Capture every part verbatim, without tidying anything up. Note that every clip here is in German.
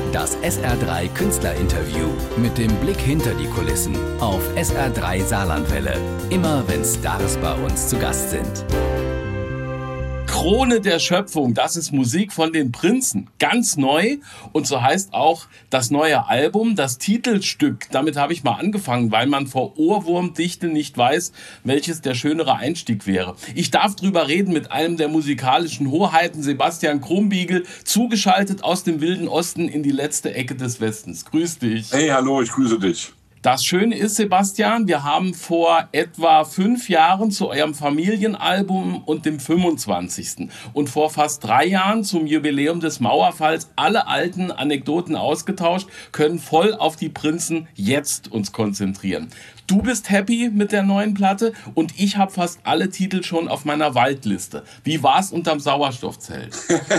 Das S R drei Künstlerinterview mit dem Blick hinter die Kulissen auf S R drei Saarlandwelle. Immer wenn Stars bei uns zu Gast sind. Krone der Schöpfung, das ist Musik von den Prinzen, ganz neu, und so heißt auch das neue Album, das Titelstück. Damit habe ich mal angefangen, weil man vor Ohrwurmdichte nicht weiß, welches der schönere Einstieg wäre. Ich darf drüber reden mit einem der musikalischen Hoheiten, Sebastian Krumbiegel, zugeschaltet aus dem wilden Osten in die letzte Ecke des Westens. Grüß dich. Hey, hallo, ich grüße dich. Das Schöne ist, Sebastian, wir haben vor etwa fünf Jahren zu eurem Familienalbum und dem fünfundzwanzigsten und vor fast drei Jahren zum Jubiläum des Mauerfalls alle alten Anekdoten ausgetauscht, können voll auf die Prinzen jetzt uns konzentrieren. Du bist happy mit der neuen Platte und ich habe fast alle Titel schon auf meiner Waldliste. Wie war's unterm Sauerstoffzelt?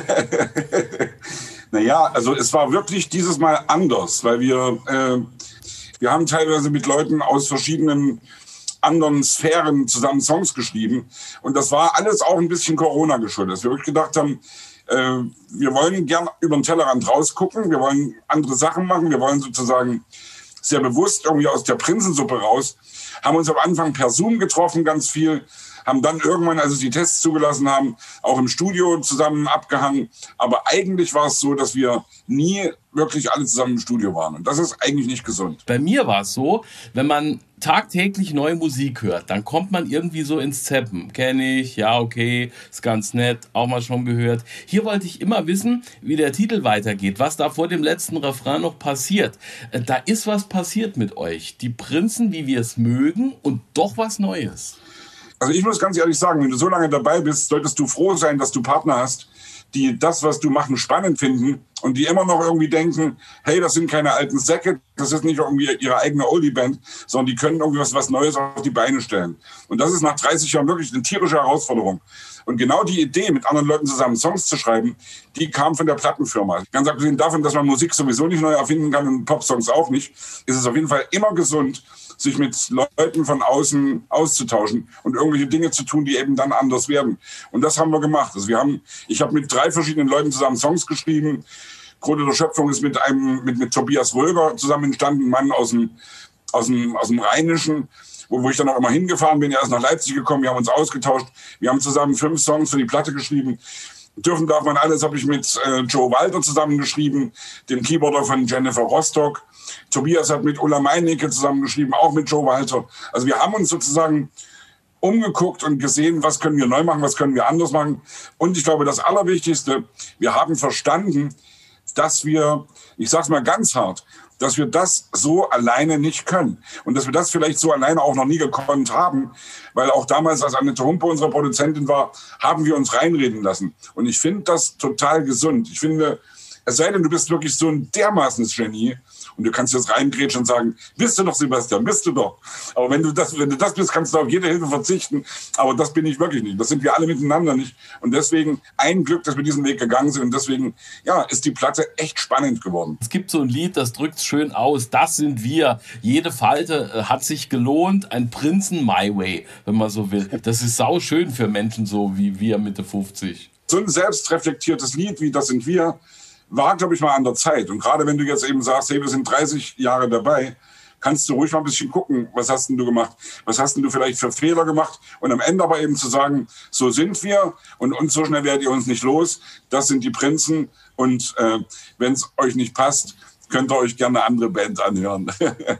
Naja, also es war wirklich dieses Mal anders, weil wir... Äh Wir haben teilweise mit Leuten aus verschiedenen anderen Sphären zusammen Songs geschrieben. Und das war alles auch ein bisschen Corona geschuldet. Dass wir wirklich gedacht haben, äh, wir wollen gern über den Tellerrand rausgucken. Wir wollen andere Sachen machen. Wir wollen sozusagen sehr bewusst irgendwie aus der Prinzensuppe raus. Haben uns am Anfang per Zoom getroffen, ganz viel. Haben dann irgendwann, als sie die Tests zugelassen haben, auch im Studio zusammen abgehangen. Aber eigentlich war es so, dass wir nie wirklich alle zusammen im Studio waren. Und das ist eigentlich nicht gesund. Bei mir war es so, wenn man tagtäglich neue Musik hört, dann kommt man irgendwie so ins Zappen. Kenne ich, ja okay, ist ganz nett, auch mal schon gehört. Hier wollte ich immer wissen, wie der Titel weitergeht, was da vor dem letzten Refrain noch passiert. Da ist was passiert mit euch. Die Prinzen, wie wir es mögen, und doch was Neues. Also ich muss ganz ehrlich sagen, wenn du so lange dabei bist, solltest du froh sein, dass du Partner hast, die das, was du machen, spannend finden und die immer noch irgendwie denken, hey, das sind keine alten Säcke, das ist nicht irgendwie ihre eigene Oldie-Band, sondern die können irgendwie was, was Neues auf die Beine stellen. Und das ist nach dreißig Jahren wirklich eine tierische Herausforderung. Und genau die Idee, mit anderen Leuten zusammen Songs zu schreiben, die kam von der Plattenfirma. Ganz abgesehen davon, dass man Musik sowieso nicht neu erfinden kann und Popsongs auch nicht, ist es auf jeden Fall immer gesund, sich mit Leuten von außen auszutauschen und irgendwelche Dinge zu tun, die eben dann anders werden. Und das haben wir gemacht. Also wir haben, ich habe mit drei verschiedenen Leuten zusammen Songs geschrieben. Krone der Schöpfung ist mit einem, mit, mit Tobias Röger zusammen entstanden, ein Mann aus dem, aus dem, aus dem Rheinischen, wo, wo ich dann auch immer hingefahren bin. Er ist nach Leipzig gekommen, wir haben uns ausgetauscht. Wir haben zusammen fünf Songs für die Platte geschrieben. Dürfen darf man alles, habe ich mit äh, Joe Walter zusammengeschrieben, dem Keyboarder von Jennifer Rostock. Tobias hat mit Ulla Meinecke zusammengeschrieben, auch mit Joe Walter. Also wir haben uns sozusagen umgeguckt und gesehen, was können wir neu machen, was können wir anders machen. Und ich glaube, das Allerwichtigste, wir haben verstanden, dass wir, ich sage es mal ganz hart, dass wir das so alleine nicht können. Und dass wir das vielleicht so alleine auch noch nie gekonnt haben, weil auch damals, als Annette Humpe unsere Produzentin war, haben wir uns reinreden lassen. Und ich finde das total gesund. Ich finde, es sei denn, du bist wirklich so ein dermaßenes Genie und du kannst jetzt reingrätschen und sagen, bist du doch, Sebastian, bist du doch. Aber wenn du das, wenn du das bist, kannst du auf jede Hilfe verzichten. Aber das bin ich wirklich nicht. Das sind wir alle miteinander nicht. Und deswegen ein Glück, dass wir diesen Weg gegangen sind. Und deswegen, ja, ist die Platte echt spannend geworden. Es gibt so ein Lied, das drückt es schön aus. Das sind wir. Jede Falte äh, hat sich gelohnt. Ein Prinzen My Way, wenn man so will. Das ist sauschön für Menschen so wie wir Mitte fünfzig. So ein selbstreflektiertes Lied wie Das sind wir war, glaube ich, mal an der Zeit. Und gerade wenn du jetzt eben sagst, hey, wir sind dreißig Jahre dabei, kannst du ruhig mal ein bisschen gucken, was hast denn du gemacht? Was hast denn du vielleicht für Fehler gemacht? Und am Ende aber eben zu sagen, so sind wir und, und so schnell werdet ihr uns nicht los. Das sind die Prinzen. Und äh, wenn es euch nicht passt, könnt ihr euch gerne eine andere Band anhören.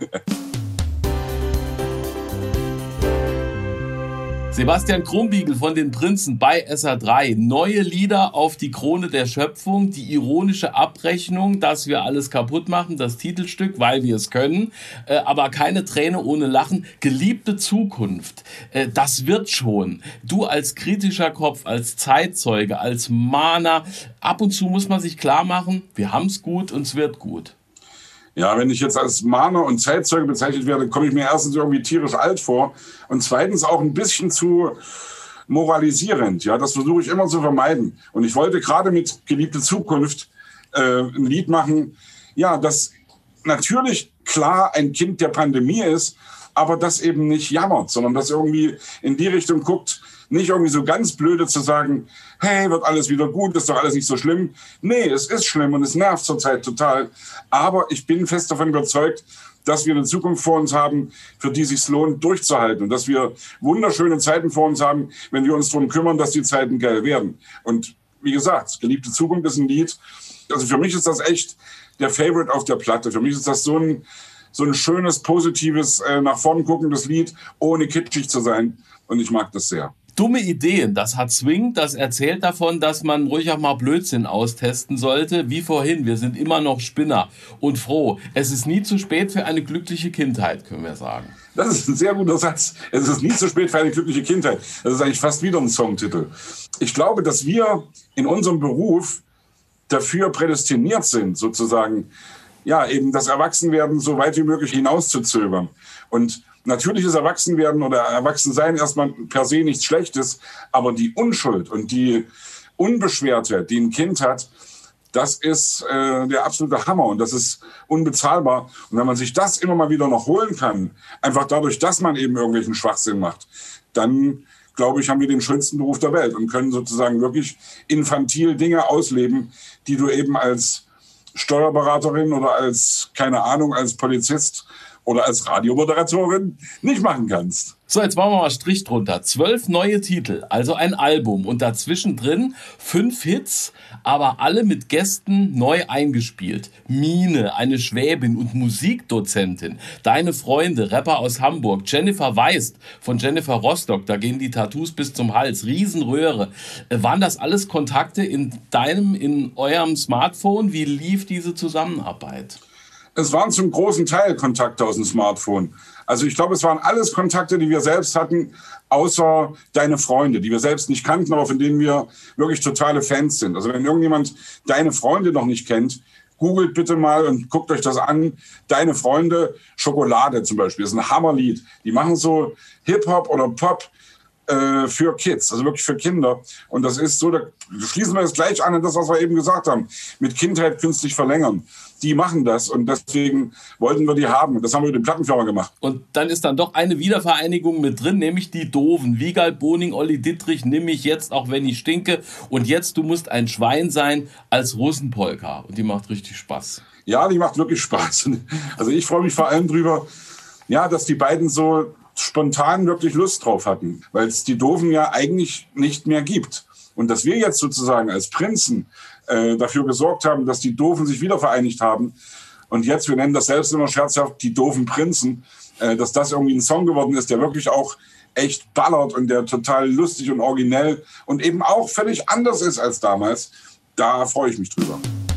Sebastian Krumbiegel von den Prinzen bei S R drei. Neue Lieder auf die Krone der Schöpfung, die ironische Abrechnung, dass wir alles kaputt machen, das Titelstück, weil wir es können, äh, aber keine Träne ohne Lachen. Geliebte Zukunft, äh, das wird schon. Du als kritischer Kopf, als Zeitzeuge, als Mahner, ab und zu muss man sich klar machen, wir haben es gut und es wird gut. Ja, wenn ich jetzt als Mahner und Zeitzeuge bezeichnet werde, komme ich mir erstens irgendwie tierisch alt vor und zweitens auch ein bisschen zu moralisierend. Ja, das versuche ich immer zu vermeiden. Und ich wollte gerade mit Geliebte Zukunft äh, ein Lied machen, ja, das natürlich klar ein Kind der Pandemie ist, aber das eben nicht jammert, sondern das irgendwie in die Richtung guckt, nicht irgendwie so ganz blöde zu sagen, hey, wird alles wieder gut, ist doch alles nicht so schlimm. Nee, es ist schlimm und es nervt zurzeit total. Aber ich bin fest davon überzeugt, dass wir eine Zukunft vor uns haben, für die es sich lohnt, durchzuhalten. Und dass wir wunderschöne Zeiten vor uns haben, wenn wir uns darum kümmern, dass die Zeiten geil werden. Und wie gesagt, Geliebte Zukunft ist ein Lied. Also für mich ist das echt der Favorite auf der Platte. Für mich ist das so ein, so ein schönes, positives, äh, nach vorn guckendes Lied, ohne kitschig zu sein. Und ich mag das sehr. Dumme Ideen, das hat Swing, das erzählt davon, dass man ruhig auch mal Blödsinn austesten sollte. Wie vorhin, wir sind immer noch Spinner und froh. Es ist nie zu spät für eine glückliche Kindheit, können wir sagen. Das ist ein sehr guter Satz. Es ist nie zu spät für eine glückliche Kindheit. Das ist eigentlich fast wieder ein Songtitel. Ich glaube, dass wir in unserem Beruf dafür prädestiniert sind, sozusagen, ja, eben das Erwachsenwerden so weit wie möglich hinauszuzögern. Und natürlich ist Erwachsenwerden oder Erwachsensein erstmal per se nichts Schlechtes, aber die Unschuld und die Unbeschwertheit, die ein Kind hat, das ist äh, der absolute Hammer und das ist unbezahlbar. Und wenn man sich das immer mal wieder noch holen kann, einfach dadurch, dass man eben irgendwelchen Schwachsinn macht, dann, glaube ich, haben wir den schönsten Beruf der Welt und können sozusagen wirklich infantil Dinge ausleben, die du eben als Steuerberaterin oder als, keine Ahnung, als Polizist oder als Radiomoderatorin nicht machen kannst. So, jetzt machen wir mal Strich drunter. Zwölf neue Titel, also ein Album und dazwischen drin fünf Hits, aber alle mit Gästen neu eingespielt. Mine, eine Schwäbin und Musikdozentin. Deine Freunde, Rapper aus Hamburg. Jennifer Weist von Jennifer Rostock, da gehen die Tattoos bis zum Hals. Riesenröhre. Waren das alles Kontakte in deinem, in eurem Smartphone? Wie lief diese Zusammenarbeit? Es waren zum großen Teil Kontakte aus dem Smartphone. Also ich glaube, es waren alles Kontakte, die wir selbst hatten, außer deine Freunde, die wir selbst nicht kannten, aber von denen wir wirklich totale Fans sind. Also wenn irgendjemand deine Freunde noch nicht kennt, googelt bitte mal und guckt euch das an. Deine Freunde, Schokolade zum Beispiel, ist ein Hammerlied. Die machen so Hip-Hop oder Pop äh, für Kids, also wirklich für Kinder. Und das ist so, da schließen wir jetzt gleich an an das, was wir eben gesagt haben, mit Kindheit künstlich verlängern. Die machen das und deswegen wollten wir die haben. Und das haben wir mit dem Plattenfirma gemacht. Und dann ist dann doch eine Wiedervereinigung mit drin, nämlich die Doofen. Wiegald Boning, Olli Dittrich, nimm mich jetzt, auch wenn ich stinke. Und jetzt, du musst ein Schwein sein als Russenpolka. Und die macht richtig Spaß. Ja, die macht wirklich Spaß. Also ich freue mich vor allem drüber, ja, dass die beiden so spontan wirklich Lust drauf hatten. Weil es die Doofen ja eigentlich nicht mehr gibt. Und dass wir jetzt sozusagen als Prinzen äh, dafür gesorgt haben, dass die Doofen sich wieder vereinigt haben. Und jetzt, wir nennen das selbst immer scherzhaft, die doofen Prinzen, äh, dass das irgendwie ein Song geworden ist, der wirklich auch echt ballert und der total lustig und originell und eben auch völlig anders ist als damals. Da freue ich mich drüber.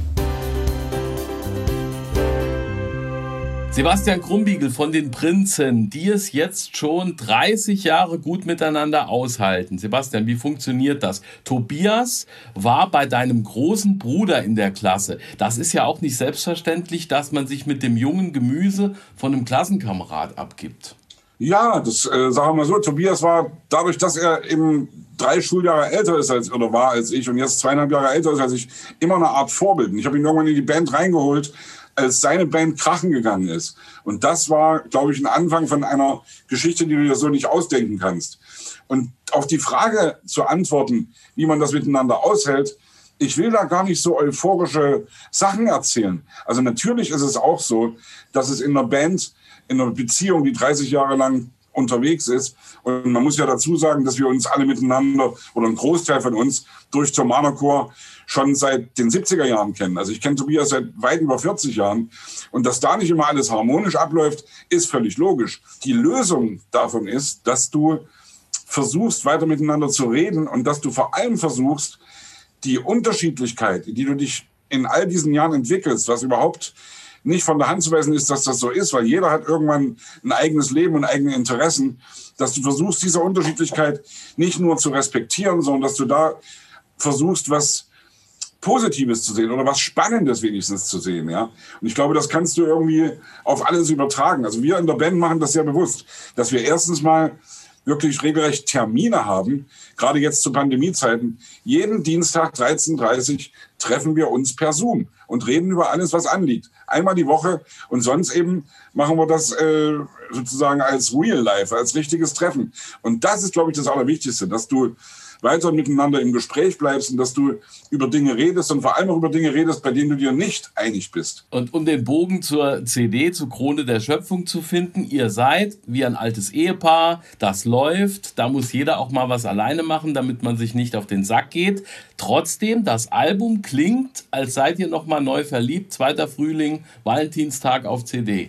Sebastian Krumbiegel von den Prinzen, die es jetzt schon dreißig Jahre gut miteinander aushalten. Sebastian, wie funktioniert das? Tobias war bei deinem großen Bruder in der Klasse. Das ist ja auch nicht selbstverständlich, dass man sich mit dem jungen Gemüse von einem Klassenkamerad abgibt. Ja, das äh, sagen wir mal so. Tobias war dadurch, dass er eben drei Schuljahre älter ist als oder war als ich und jetzt zweieinhalb Jahre älter ist als ich, immer eine Art Vorbild. Und ich habe ihn irgendwann in die Band reingeholt, als seine Band krachen gegangen ist. Und das war, glaube ich, ein Anfang von einer Geschichte, die du dir so nicht ausdenken kannst. Und auf die Frage zu antworten, wie man das miteinander aushält, ich will da gar nicht so euphorische Sachen erzählen. Also natürlich ist es auch so, dass es in einer Band, in einer Beziehung, die dreißig Jahre lang unterwegs ist. Und man muss ja dazu sagen, dass wir uns alle miteinander oder ein Großteil von uns durch Thomanerchor schon seit den siebziger Jahren kennen. Also ich kenne Tobias seit weit über vierzig Jahren. Und dass da nicht immer alles harmonisch abläuft, ist völlig logisch. Die Lösung davon ist, dass du versuchst, weiter miteinander zu reden und dass du vor allem versuchst, die Unterschiedlichkeit, die du dich in all diesen Jahren entwickelst, was überhaupt nicht von der Hand zu weisen ist, dass das so ist, weil jeder hat irgendwann ein eigenes Leben und eigene Interessen, dass du versuchst, diese Unterschiedlichkeit nicht nur zu respektieren, sondern dass du da versuchst, was Positives zu sehen oder was Spannendes wenigstens zu sehen, ja. Und ich glaube, das kannst du irgendwie auf alles übertragen. Also wir in der Band machen das sehr bewusst, dass wir erstens mal wirklich regelrecht Termine haben, gerade jetzt zu Pandemiezeiten. Jeden Dienstag dreizehn Uhr dreißig treffen wir uns per Zoom und reden über alles, was anliegt. Einmal die Woche und sonst eben machen wir das äh, sozusagen als Real Life, als richtiges Treffen. Und das ist, glaube ich, das Allerwichtigste, dass du weiter miteinander im Gespräch bleibst und dass du über Dinge redest und vor allem auch über Dinge redest, bei denen du dir nicht einig bist. Und um den Bogen zur C D, zur Krone der Schöpfung zu finden, ihr seid wie ein altes Ehepaar, das läuft, da muss jeder auch mal was alleine machen, damit man sich nicht auf den Sack geht. Trotzdem, das Album klingt, als seid ihr noch mal neu verliebt, zweiter Frühling, Valentinstag auf C D.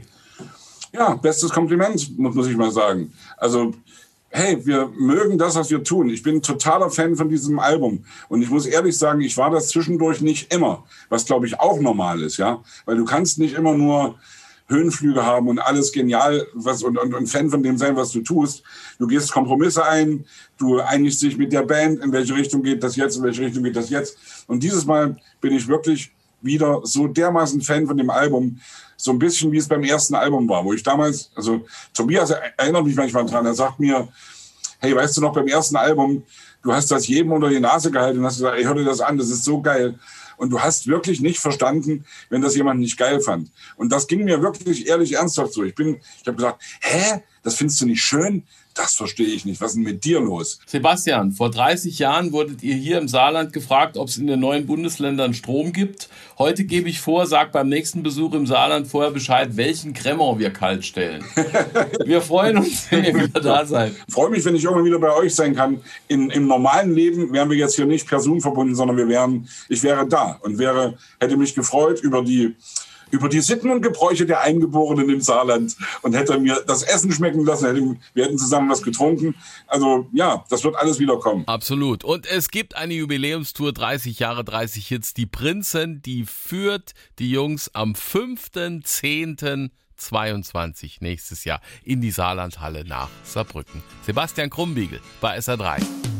Ja, bestes Kompliment, muss ich mal sagen. Also hey, wir mögen das, was wir tun. Ich bin ein totaler Fan von diesem Album. Und ich muss ehrlich sagen, ich war das zwischendurch nicht immer. Was, glaube ich, auch normal ist, ja. Weil du kannst nicht immer nur Höhenflüge haben und alles genial was und, und, und Fan von dem sein, was du tust. Du gehst Kompromisse ein, du einigst dich mit der Band, in welche Richtung geht das jetzt, in welche Richtung geht das jetzt. Und dieses Mal bin ich wirklich wieder so dermaßen Fan von dem Album, so ein bisschen wie es beim ersten Album war, wo ich damals, also Tobias erinnert mich manchmal dran, er sagt mir, hey, weißt du noch, beim ersten Album, du hast das jedem unter die Nase gehalten und hast gesagt, ey, hör dir das an, das ist so geil. Und du hast wirklich nicht verstanden, wenn das jemand nicht geil fand. Und das ging mir wirklich ehrlich ernsthaft so. Ich bin, ich habe gesagt, hä, das findest du nicht schön? Das verstehe ich nicht. Was ist denn mit dir los? Sebastian, vor dreißig Jahren wurdet ihr hier im Saarland gefragt, ob es in den neuen Bundesländern Strom gibt. Heute gebe ich vor, sag beim nächsten Besuch im Saarland vorher Bescheid, welchen Cremant wir kalt stellen. Wir freuen uns, wenn ihr wieder da seid. Ich freue mich, wenn ich irgendwann wieder bei euch sein kann. In, Im normalen Leben wären wir jetzt hier nicht per Zoom verbunden, sondern wir wären, ich wäre da und wäre, hätte mich gefreut über die über die Sitten und Gebräuche der Eingeborenen im Saarland und hätte mir das Essen schmecken lassen, hätte, wir hätten zusammen was getrunken. Also ja, das wird alles wieder kommen. Absolut. Und es gibt eine Jubiläumstour, dreißig Jahre, dreißig Hits. Die Prinzen, die führt die Jungs am fünften zehnten zweiundzwanzig nächstes Jahr in die Saarlandhalle nach Saarbrücken. Sebastian Krumbiegel bei S R drei.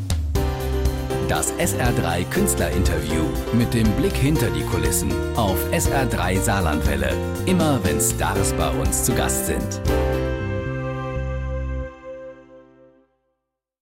Das S R drei Künstlerinterview mit dem Blick hinter die Kulissen auf S R drei Saarlandwelle. Immer wenn Stars bei uns zu Gast sind.